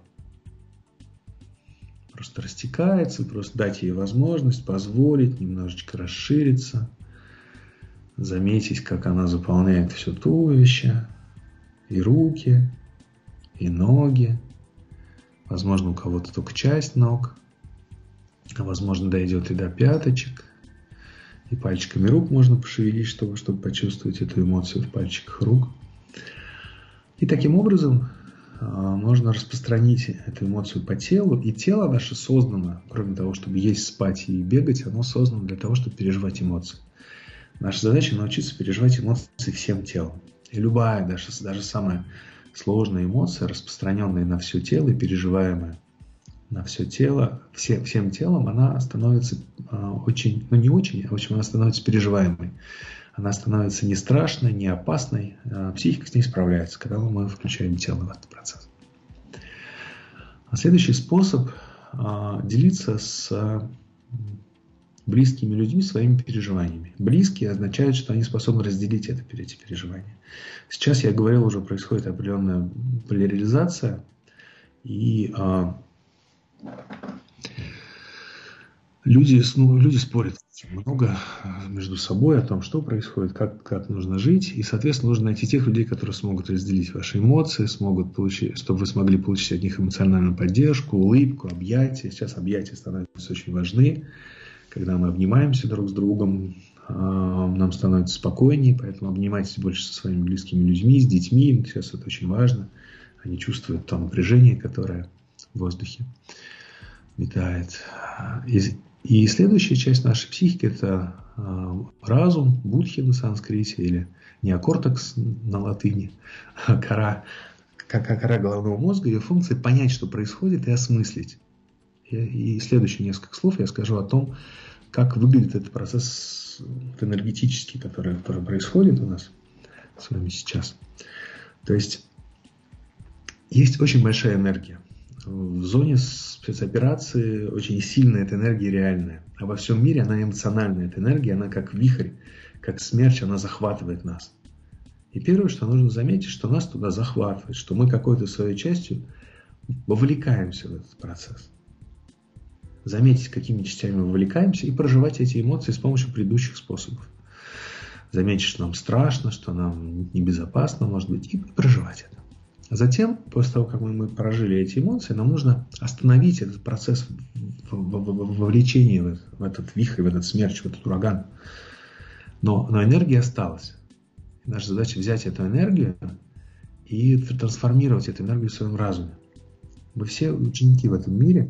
Просто растекается, просто дать ей возможность, позволить немножечко расшириться. Заметить, как она заполняет все туловище, и руки, и ноги. Возможно, у кого-то только часть ног. А возможно, дойдет и до пяточек. И пальчиками рук можно пошевелить, чтобы почувствовать эту эмоцию в пальчиках рук. И таким образом можно распространить эту эмоцию по телу. И тело наше создано, кроме того, чтобы есть, спать и бегать, оно создано для того, чтобы переживать эмоции. Наша задача научиться переживать эмоции всем телом. И любая, даже самая сложная эмоция, распространенная на все тело и переживаемая на все тело, всем телом, она становится она становится переживаемой. Она становится не страшной, не опасной. Психика с ней справляется, когда мы включаем тело в этот процесс. А следующий способ делиться с близкими людьми своими переживаниями. Близкие означают, что они способны разделить эти переживания. Сейчас, я говорил, уже происходит определенная поляризация, и люди спорят много между собой о том, что происходит, как нужно жить, и, соответственно, нужно найти тех людей, которые смогут разделить ваши эмоции, чтобы вы смогли получить от них эмоциональную поддержку, улыбку, объятия. Сейчас объятия становятся очень важны. Когда мы обнимаемся друг с другом, нам становится спокойнее, поэтому обнимайтесь больше со своими близкими людьми, с детьми. Сейчас это очень важно. Они чувствуют то напряжение, которое в воздухе витает. И следующая часть нашей психики – это разум, будхи на санскрите, или неокортекс на латыни, кора головного мозга. Ее функция – понять, что происходит, и осмыслить. И следующие несколько слов я скажу о том, как выглядит этот процесс энергетический, который происходит у нас с вами сейчас. То есть очень большая энергия. В зоне спецоперации очень сильная, эта энергия реальная. А во всем мире она эмоциональная, эта энергия, она как вихрь, как смерч, она захватывает нас. И первое, что нужно заметить, что нас туда захватывает, что мы какой-то своей частью вовлекаемся в этот процесс. Заметить, какими частями мы вовлекаемся, и проживать эти эмоции с помощью предыдущих способов. Заметить, что нам страшно, что нам небезопасно, может быть, и проживать это. А затем, после того, как мы прожили эти эмоции, нам нужно остановить этот процесс вовлечения в этот вихрь, в этот смерч, в этот ураган. Но энергия осталась. И наша задача взять эту энергию и трансформировать эту энергию в своем разуме. Мы все ученики в этом мире,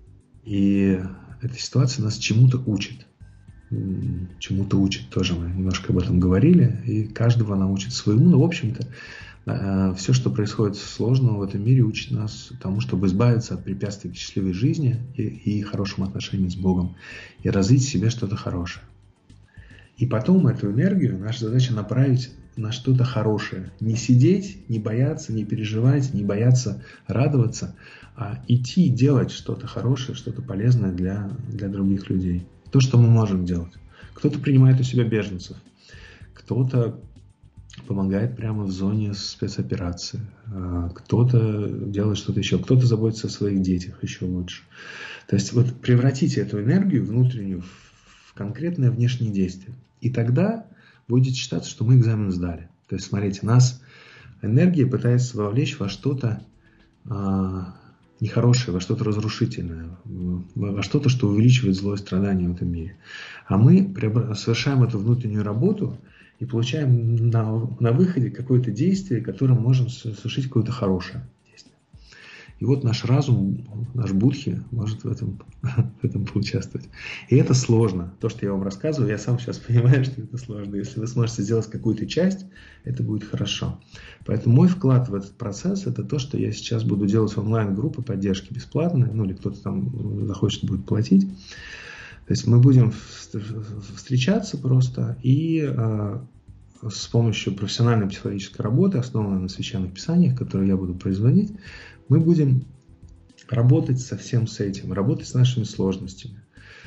и эта ситуация нас чему-то учит. Чему-то учит тоже, мы немножко об этом говорили, и каждого она учит своему, но в общем-то все, что происходит сложного в этом мире, учит нас тому, чтобы избавиться от препятствий к счастливой жизни и хорошим отношениям с Богом, и развить в себе что-то хорошее. И потом эту энергию наша задача направить на что-то хорошее. Не сидеть, не бояться, не переживать, не бояться радоваться, а идти делать что-то хорошее, что-то полезное для других людей. То, что мы можем делать. Кто-то принимает у себя беженцев, кто-то помогает прямо в зоне спецоперации, кто-то делает что-то еще, кто-то заботится о своих детях еще лучше. То есть вот превратите эту энергию внутреннюю в конкретное внешнее действие. И тогда будет считаться, что мы экзамен сдали. То есть, смотрите, нас энергия пытается вовлечь во что-то нехорошее, во что-то разрушительное, во что-то, что увеличивает зло и страдания в этом мире. А мы совершаем эту внутреннюю работу и получаем на выходе какое-то действие, которым можем совершить какое-то хорошее действие. И вот наш разум, наш будхи может в этом поучаствовать. И это сложно. То, что я вам рассказываю, я сам сейчас понимаю, что это сложно. Если вы сможете сделать какую-то часть, это будет хорошо. Поэтому мой вклад в этот процесс – это то, что я сейчас буду делать в онлайн-группы поддержки бесплатные, или кто-то там захочет будет платить. То есть мы будем встречаться просто и с помощью профессиональной психологической работы, основанной на священных писаниях, которые я буду производить, мы будем работать со всем с этим, работать с нашими сложностями.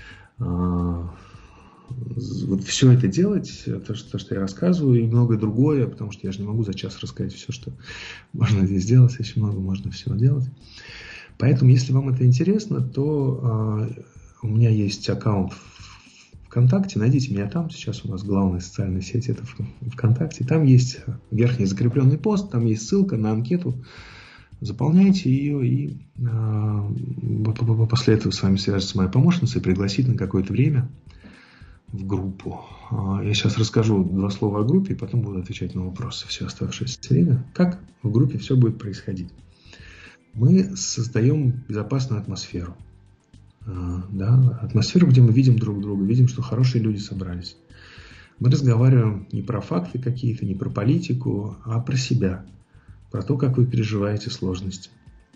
Вот все это делать, то, что я рассказываю, и многое другое, потому что я же не могу за час рассказать все, что можно здесь делать, очень много можно всего делать. Поэтому, если вам это интересно, то у меня есть аккаунт ВКонтакте, найдите меня там, сейчас у нас главная социальная сеть это ВКонтакте, там есть верхний закрепленный пост, там есть ссылка на анкету, заполняйте ее, и после этого с вами свяжется моя помощница и пригласит на какое-то время в группу. Я сейчас расскажу 2 слова о группе, и потом буду отвечать на вопросы все оставшееся время. Как в группе все будет происходить? Мы создаем безопасную атмосферу. Атмосферу, где мы видим друг друга, видим, что хорошие люди собрались. Мы разговариваем не про факты какие-то, не про политику, а про себя, про то, как вы переживаете сложности.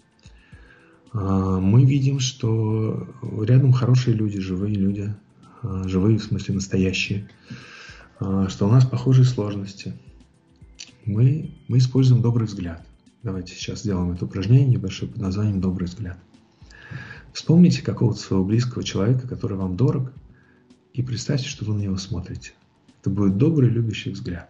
Мы видим, что рядом хорошие люди, живые в смысле настоящие, что у нас похожие сложности. Мы используем добрый взгляд. Давайте сейчас сделаем это упражнение небольшое под названием «Добрый взгляд». Вспомните какого-то своего близкого человека, который вам дорог, и представьте, что вы на него смотрите. Это будет добрый, любящий взгляд.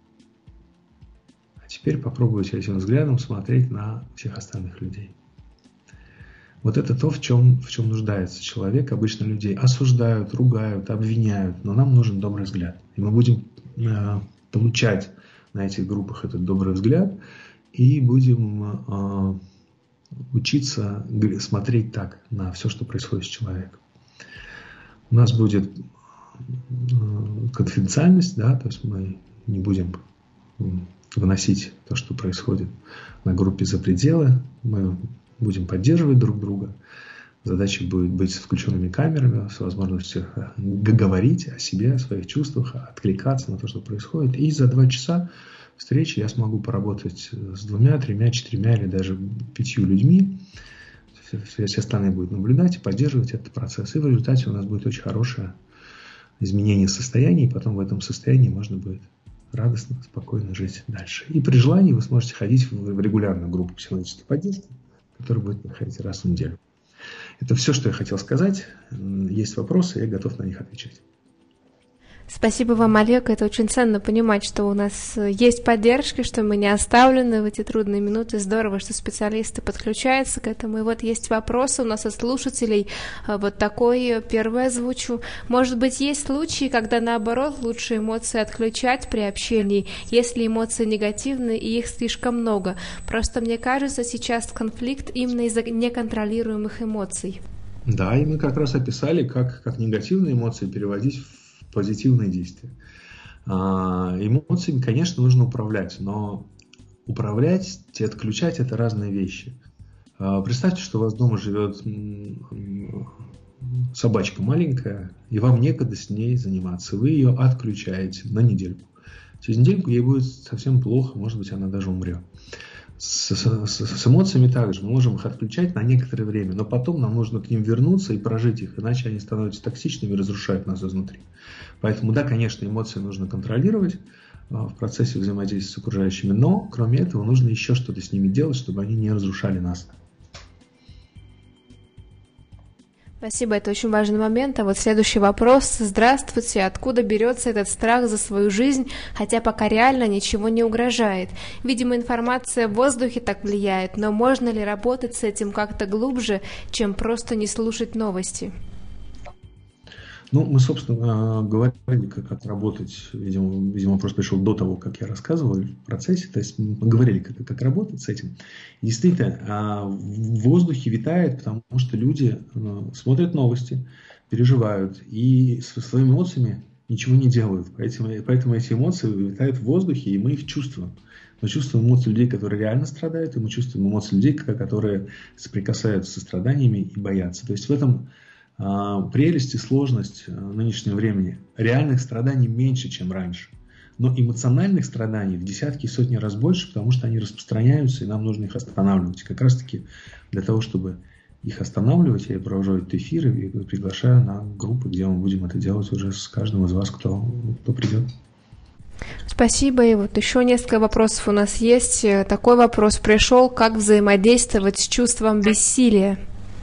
А теперь попробуйте этим взглядом смотреть на всех остальных людей. Вот это то, в чем нуждается человек. Обычно людей осуждают, ругают, обвиняют, но нам нужен добрый взгляд. И мы будем получать на этих группах этот добрый взгляд и будем учиться смотреть так на все, что происходит с человеком. У нас будет конфиденциальность, то есть мы не будем выносить то, что происходит на группе за пределы, мы будем поддерживать друг друга. Задача будет быть с включенными камерами, с возможностью говорить о себе, о своих чувствах, откликаться на то, что происходит. И за 2 часа встречи я смогу поработать с 2, 3, 4 или даже 5 людьми. Все остальные будут наблюдать и поддерживать этот процесс. И в результате у нас будет очень хорошее изменение состояния. И потом в этом состоянии можно будет радостно, спокойно жить дальше. И при желании вы сможете ходить в регулярную группу психологической поддержки, которая будет проходить раз в неделю. Это все, что я хотел сказать. Есть вопросы, я готов на них отвечать. Спасибо вам, Олег. Это очень ценно понимать, что у нас есть поддержка, что мы не оставлены в эти трудные минуты. Здорово, что специалисты подключаются к этому. И вот есть вопросы у нас от слушателей. Вот такой первый озвучу. Может быть, есть случаи, когда наоборот лучше эмоции отключать при общении, если эмоции негативные и их слишком много. Просто мне кажется, сейчас конфликт именно из-за неконтролируемых эмоций. Да, и мы как раз описали, как негативные эмоции переводить в позитивные действия. Эмоциями, конечно, нужно управлять, но управлять и отключать – это разные вещи. Представьте, что у вас дома живет собачка маленькая, и вам некогда с ней заниматься. Вы ее отключаете на недельку. Через недельку ей будет совсем плохо, может быть, она даже умрет. С эмоциями также мы можем их отключать на некоторое время, но потом нам нужно к ним вернуться и прожить их, иначе они становятся токсичными и разрушают нас изнутри. Поэтому да, конечно, эмоции нужно контролировать в процессе взаимодействия с окружающими, но кроме этого нужно еще что-то с ними делать, чтобы они не разрушали нас. Спасибо, это очень важный момент. А вот следующий вопрос. Здравствуйте, откуда берется этот страх за свою жизнь, хотя пока реально ничего не угрожает? Видимо, информация в воздухе так влияет, но можно ли работать с этим как-то глубже, чем просто не слушать новости? Мы, собственно, говорили, как работать. Видимо, вопрос пришел до того, как я рассказывал в процессе. То есть мы говорили, как работать с этим. И действительно, в воздухе витает, потому что люди смотрят новости, переживают и со своими эмоциями ничего не делают. Поэтому эти эмоции витают в воздухе, и мы их чувствуем. Мы чувствуем эмоции людей, которые реально страдают, и мы чувствуем эмоции людей, которые соприкасаются со страданиями и боятся. То есть в этом прелесть и сложность нынешнего времени. Реальных страданий меньше, чем раньше. Но эмоциональных страданий в десятки и сотни раз больше, потому что они распространяются, и нам нужно их останавливать. Как раз таки для того, чтобы их останавливать, я провожу эти эфиры и приглашаю на группы, где мы будем это делать уже с каждым из вас, кто придет. Спасибо. И вот еще несколько вопросов у нас есть. Такой вопрос пришел: как взаимодействовать с чувством бессилия?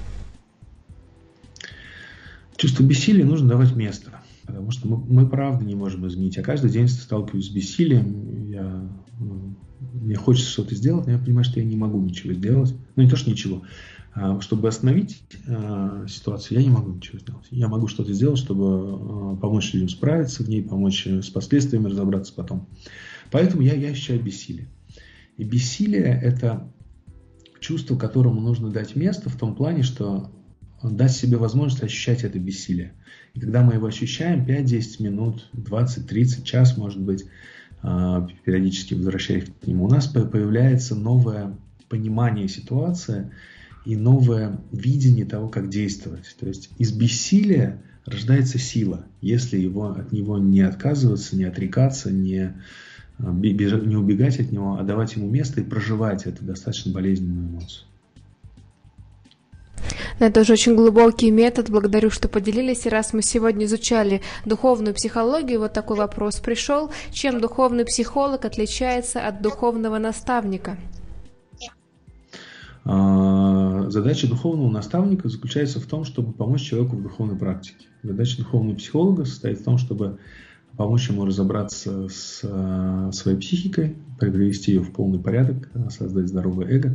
Чувство бессилия нужно давать место, потому что мы правда не можем изменить. Я каждый день сталкиваюсь с бессилием, мне хочется что-то сделать, но я понимаю, что я не могу ничего сделать. Не то, что ничего. Чтобы остановить ситуацию, я не могу ничего сделать. Я могу что-то сделать, чтобы помочь людям справиться в ней, помочь с последствиями разобраться потом. Поэтому я ощущаю бессилие. И бессилие – это чувство, которому нужно дать место в том плане, что дать себе возможность ощущать это бессилие. И когда мы его ощущаем 5-10 минут, 20-30, час, может быть, периодически возвращаясь к нему, у нас появляется новое понимание ситуации и новое видение того, как действовать. То есть из бессилия рождается сила, если от него не отказываться, не отрекаться, не убегать от него, а давать ему место и проживать эту достаточно болезненную эмоцию. Это уже очень глубокий метод. Благодарю, что поделились. И раз мы сегодня изучали духовную психологию, вот такой вопрос пришел. Чем духовный психолог отличается от духовного наставника? Задача духовного наставника заключается в том, чтобы помочь человеку в духовной практике. Задача духовного психолога состоит в том, чтобы помочь ему разобраться с своей психикой, привести ее в полный порядок, создать здоровое эго.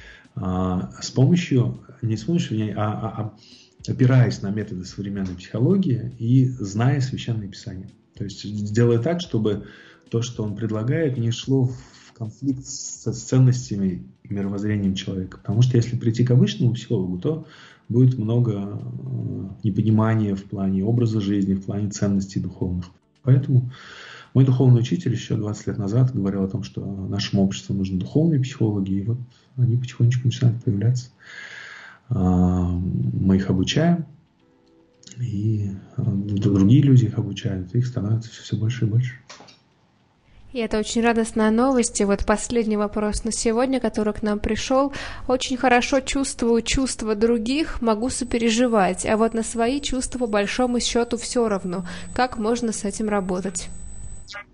Опираясь на методы современной психологии и зная Священное Писание. То есть делая так, чтобы то, что он предлагает, не шло в конфликт с ценностями и мировоззрением человека. Потому что если прийти к обычному психологу, то будет много непонимания в плане образа жизни, в плане ценностей духовных. Поэтому мой духовный учитель еще 20 лет назад говорил о том, что нашему обществу нужны духовные психологи, и вот они потихонечку начинают появляться. Мы их обучаем, и другие люди их обучают, и их становится все больше и больше. И это очень радостная новость. И вот последний вопрос на сегодня, который к нам пришел. Очень хорошо чувствую чувства других, могу сопереживать, а вот на свои чувства по большому счету все равно. Как можно с этим работать?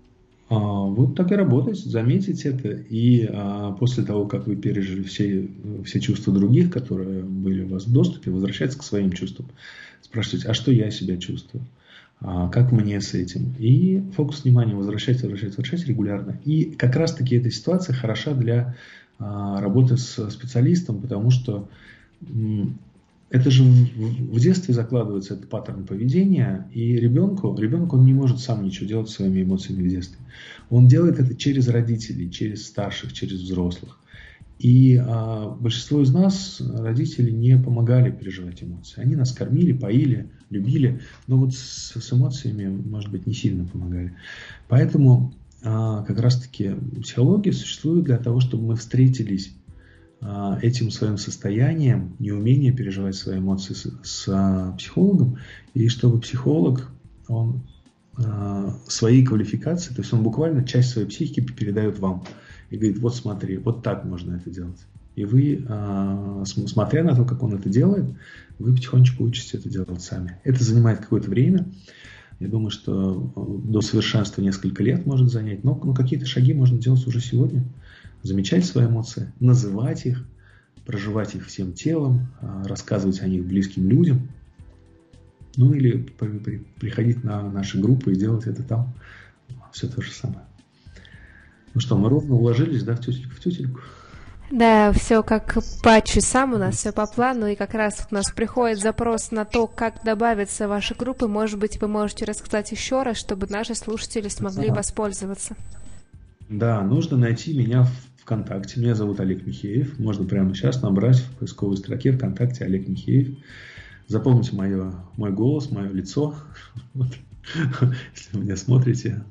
Вот так и работать, заметить это, и после того, как вы пережили все чувства других, которые были у вас в доступе, возвращаться к своим чувствам, спрашивать, а что я себя чувствую, как мне с этим, и фокус внимания возвращать регулярно. И как раз-таки эта ситуация хороша для работы с специалистом, потому что это же в детстве закладывается этот паттерн поведения, и ребенку он не может сам ничего делать своими эмоциями в детстве. Он делает это через родителей, через старших, через взрослых. И большинство из нас, родители, не помогали переживать эмоции. Они нас кормили, поили, любили, но вот с эмоциями, может быть, не сильно помогали. Поэтому как раз-таки психология существует для того, чтобы мы встретились этим своим состоянием, неумение переживать свои эмоции с психологом, и чтобы психолог, он своей квалификации, то есть он буквально часть своей психики передает вам и говорит, вот смотри, вот так можно это делать. И вы, смотря на то, как он это делает, вы потихонечку учитесь это делать сами. Это занимает какое-то время. Я думаю, что до совершенства несколько лет может занять, но какие-то шаги можно делать уже сегодня. Замечать свои эмоции, называть их, проживать их всем телом, рассказывать о них близким людям. Ну или приходить на наши группы и делать это там. Все то же самое. Ну что, мы ровно уложились, да, в тютельку? Да, все как по часам у нас, все по плану, и как раз у нас приходит запрос на то, как добавиться в ваши группы. Может быть, вы можете рассказать еще раз, чтобы наши слушатели смогли воспользоваться. Да, нужно найти меня в ВКонтакте. Меня зовут Олег Михеев. Можно прямо сейчас набрать в поисковой строке ВКонтакте Олег Михеев. Запомните мой голос, мое лицо, если вы меня смотрите.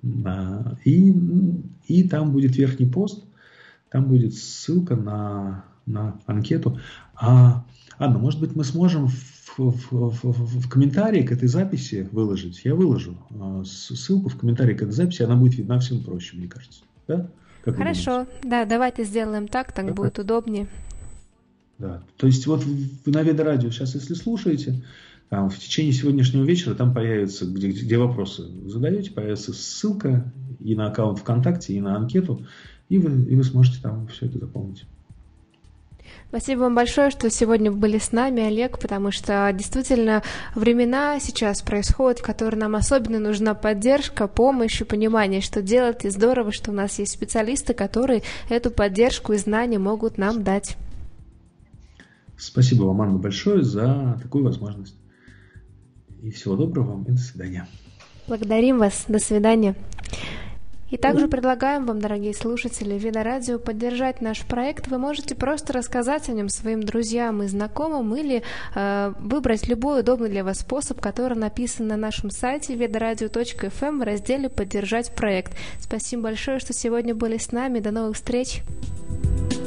И там будет верхний пост, там будет ссылка на анкету. Анна, может быть, мы сможем в комментарии к этой записи выложить? Я выложу ссылку в комментарии к этой записи, она будет видна всем проще, мне кажется. Да? Хорошо, да, давайте сделаем так будет удобнее. Да, то есть вот вы на Веда-радио сейчас, если слушаете, там, в течение сегодняшнего вечера там появится, где вопросы задаете, появится ссылка и на аккаунт ВКонтакте, и на анкету, и вы сможете там все это заполнить. Спасибо вам большое, что сегодня были с нами, Олег, потому что действительно времена сейчас происходят, в которые нам особенно нужна поддержка, помощь и понимание, что делать, и здорово, что у нас есть специалисты, которые эту поддержку и знания могут нам дать. Спасибо вам, Анна, большое за такую возможность. И всего доброго вам и до свидания. Благодарим вас. До свидания. И также предлагаем вам, дорогие слушатели Веда-радио, поддержать наш проект. Вы можете просто рассказать о нем своим друзьям и знакомым или выбрать любой удобный для вас способ, который написан на нашем сайте vedaradio.fm в разделе «Поддержать проект». Спасибо большое, что сегодня были с нами. До новых встреч!